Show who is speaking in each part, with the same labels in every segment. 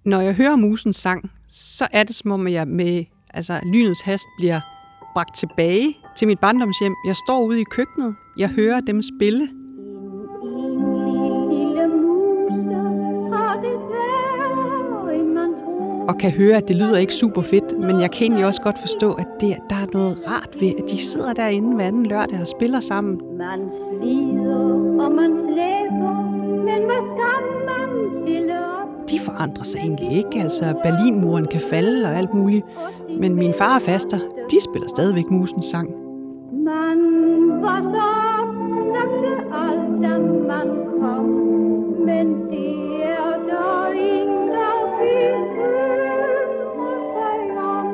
Speaker 1: Når jeg hører musens sang, så er det som om, jeg med lynets hast bliver bragt tilbage til mit barndomshjem. Jeg står ude i køkkenet, jeg hører dem spille. Og kan høre, at det lyder ikke super fedt, men jeg kan egentlig også godt forstå, at der er noget rart ved, at de sidder derinde hver anden lørdag og spiller sammen.
Speaker 2: Man slider, og man slæber, men hvad skal man stille op?
Speaker 1: De forandrer sig egentlig ikke, Berlinmuren kan falde og alt muligt, men min far og faster, de spiller stadigvæk musens sang.
Speaker 2: Man var så oplagt til alt, da man kom, men det er der ingen, der bekymrer sig om.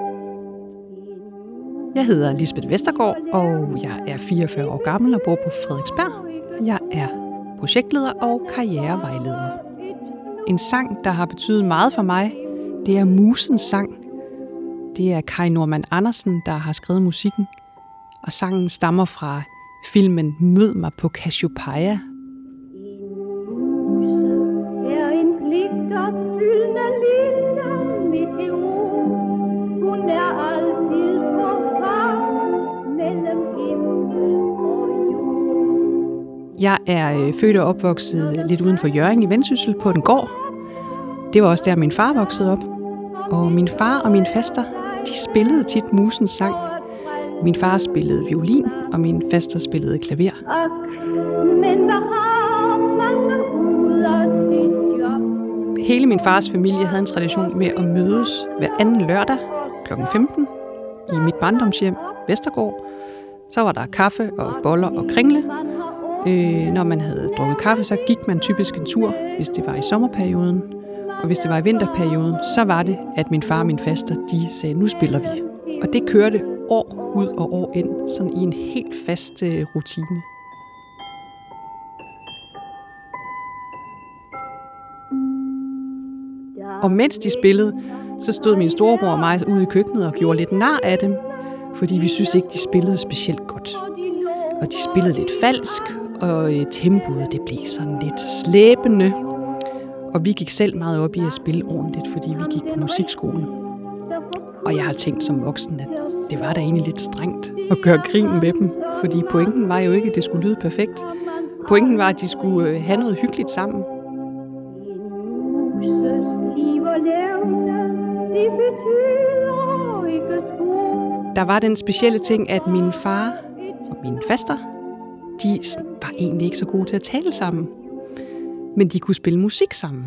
Speaker 1: Jeg hedder Lisbeth Vestergaard, og jeg er 44 år gammel og bor på Frederiksberg. Jeg er projektleder og karrierevejleder. En sang, der har betydet meget for mig, det er musens sang. Det er Kai Normann Andersen, der har skrevet musikken, og sangen stammer fra filmen Mød mig på Cassiopeia. Jeg er født og opvokset lidt uden for Hjørring i Vendsyssel på en gård. Det var også der, min far voksede op. Og min far og min faster, de spillede tit musens sang. Min far spillede violin, og min faster spillede klaver. Hele min fars familie havde en tradition med at mødes hver anden lørdag kl. 15 i mit barndomshjem, Vestergaard. Så var der kaffe og boller og kringle. Når man havde drukket kaffe, så gik man typisk en tur, hvis det var i sommerperioden. Og hvis det var i vinterperioden, så var det, at min far og min faster, de sagde, nu spiller vi. Og det kørte år ud og år ind, sådan i en helt fast rutine. Og mens de spillede, så stod min storebror og mig ude i køkkenet og gjorde lidt nar af dem, fordi vi synes ikke, de spillede specielt godt. Og de spillede lidt falsk, og tempoet det blev sådan lidt slæbende. Og vi gik selv meget op i at spille ordentligt, fordi vi gik på musikskole. Og jeg har tænkt som voksen, at det var da egentlig lidt strengt at gøre grin med dem, fordi pointen var jo ikke, at det skulle lyde perfekt. Pointen var, at de skulle have noget hyggeligt sammen. Der var den specielle ting, at min far og min faster, de var egentlig ikke så gode til at tale sammen. Men de kunne spille musik sammen.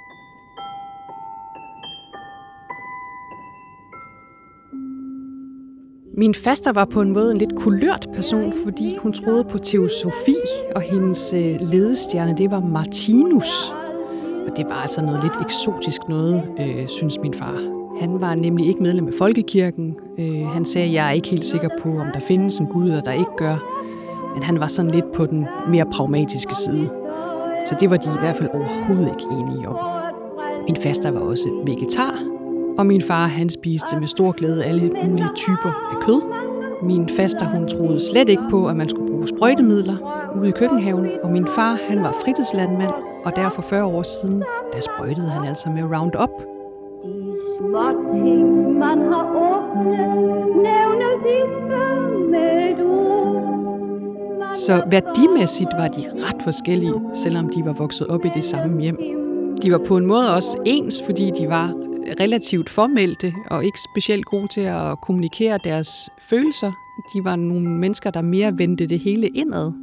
Speaker 1: Min faster var på en måde en lidt kulørt person, fordi hun troede på teosofi, og hendes ledestjerne, det var Martinus. Og det var altså noget lidt eksotisk noget, synes min far. Han var nemlig ikke medlem af Folkekirken. Han sagde, at jeg er ikke helt sikker på, om der findes en Gud, og der ikke gør. Men han var sådan lidt på den mere pragmatiske side. Så det var de i hvert fald overhovedet ikke enige om. Min faster var også vegetar, og min far han spiste med stor glæde alle mulige typer af kød. Min faster hun troede slet ikke på, at man skulle bruge sprøjtemidler ude i køkkenhaven, og min far han var fritidslandmand, og der for 40 år siden, der sprøjtede han altså med Roundup.
Speaker 2: De små ting, man har åbnet, nævnes ikke med et ord.
Speaker 1: Så værdimæssigt var de ret forskellige, selvom de var vokset op i det samme hjem. De var på en måde også ens, fordi de var relativt formælte og ikke specielt gode til at kommunikere deres følelser. De var nogle mennesker, der mere vendte det hele indad.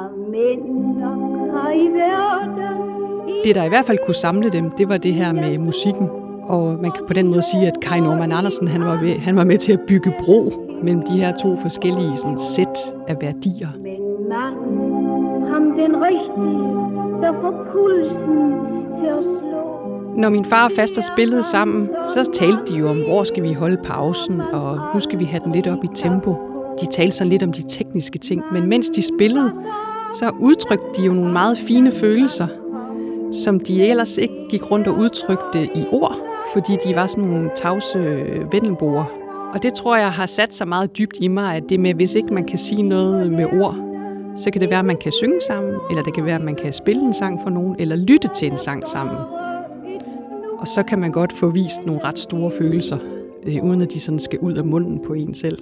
Speaker 1: Det, der i hvert fald kunne samle dem, det var det her med musikken. Og man kan på den måde sige, at Kai Normann Andersen han var med til at bygge bro mellem de her to forskellige sådan, sæt af værdier.
Speaker 2: Men manden, ham den rigtige, der får pulsen til at slå.
Speaker 1: Når min far og faster spillede sammen, så talte de jo om, hvor skal vi holde pausen, og nu skal vi have den lidt op i tempo. De talte sådan lidt om de tekniske ting, men mens de spillede, så udtrykte de jo nogle meget fine følelser, som de ellers ikke gik rundt og udtrykte i ord, fordi de var sådan nogle tavse vendelboer. Og det tror jeg har sat sig meget dybt i mig, at det med, hvis ikke man kan sige noget med ord, så kan det være, at man kan synge sammen, eller det kan være, at man kan spille en sang for nogen, eller lytte til en sang sammen. Og så kan man godt få vist nogle ret store følelser, uden at de sådan skal ud af munden på en selv.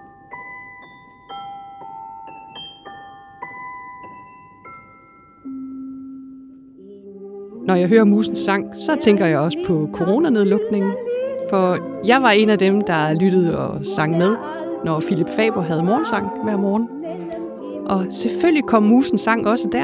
Speaker 1: Når jeg hører musens sang, så tænker jeg også på coronanedlukningen. For jeg var en af dem, der lyttede og sang med, når Philip Faber havde morgensang hver morgen. Og selvfølgelig kom musens sang også der.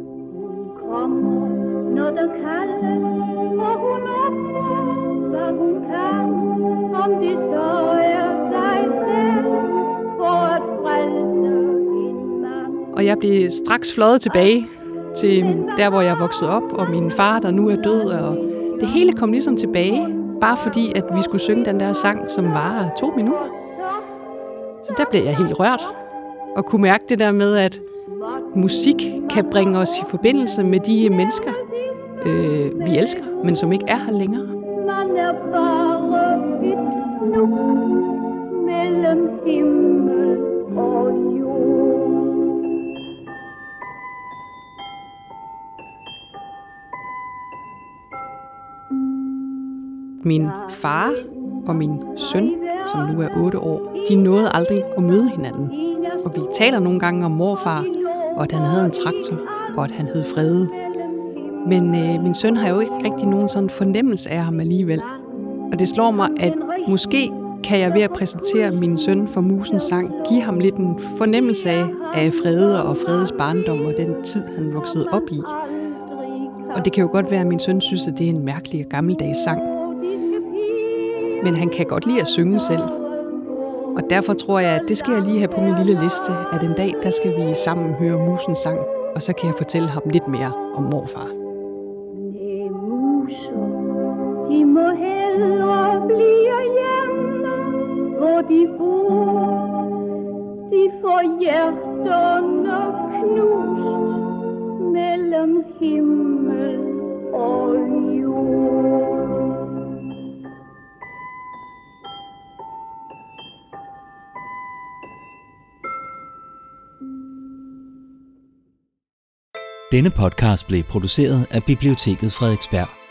Speaker 2: Når der kaldes, og hun offrer, hvad hun kan, om det så er sig selv, for at frelse en mand.
Speaker 1: Og jeg blev straks fløjet tilbage til der, hvor jeg voksede op, og min far, der nu er død, og det hele kom ligesom tilbage, bare fordi, at vi skulle synge den der sang, som varer 2 minutter. Så der blev jeg helt rørt, og kunne mærke det der med, at musik kan bringe os i forbindelse med de mennesker, vi elsker, men som ikke er her længere.
Speaker 2: Man er bare et nu mellem himmel og jord.
Speaker 1: Min far og min søn, som nu er 8 år, de nåede aldrig at møde hinanden. Og vi taler nogle gange om morfar, og at han havde en traktor, og at han hed Frede. Men min søn har jo ikke rigtig nogen sådan fornemmelse af ham alligevel. Og det slår mig, at måske kan jeg ved at præsentere min søn for musens sang, give ham lidt en fornemmelse af Frede og Fredes barndom og den tid, han voksede op i. Og det kan jo godt være, at min søn synes, at det er en mærkelig og gammeldags sang. Men han kan godt lide at synge selv. Og derfor tror jeg, at det skal jeg lige have på min lille liste, at en dag, der skal vi sammen høre musens sang, og så kan jeg fortælle ham lidt mere om morfar.
Speaker 2: Næh, muser, de må hellere blive hjemme, hvor de bor. De får hjerterne knust mellem himmel og jord.
Speaker 3: Denne podcast blev produceret af Biblioteket Frederiksberg.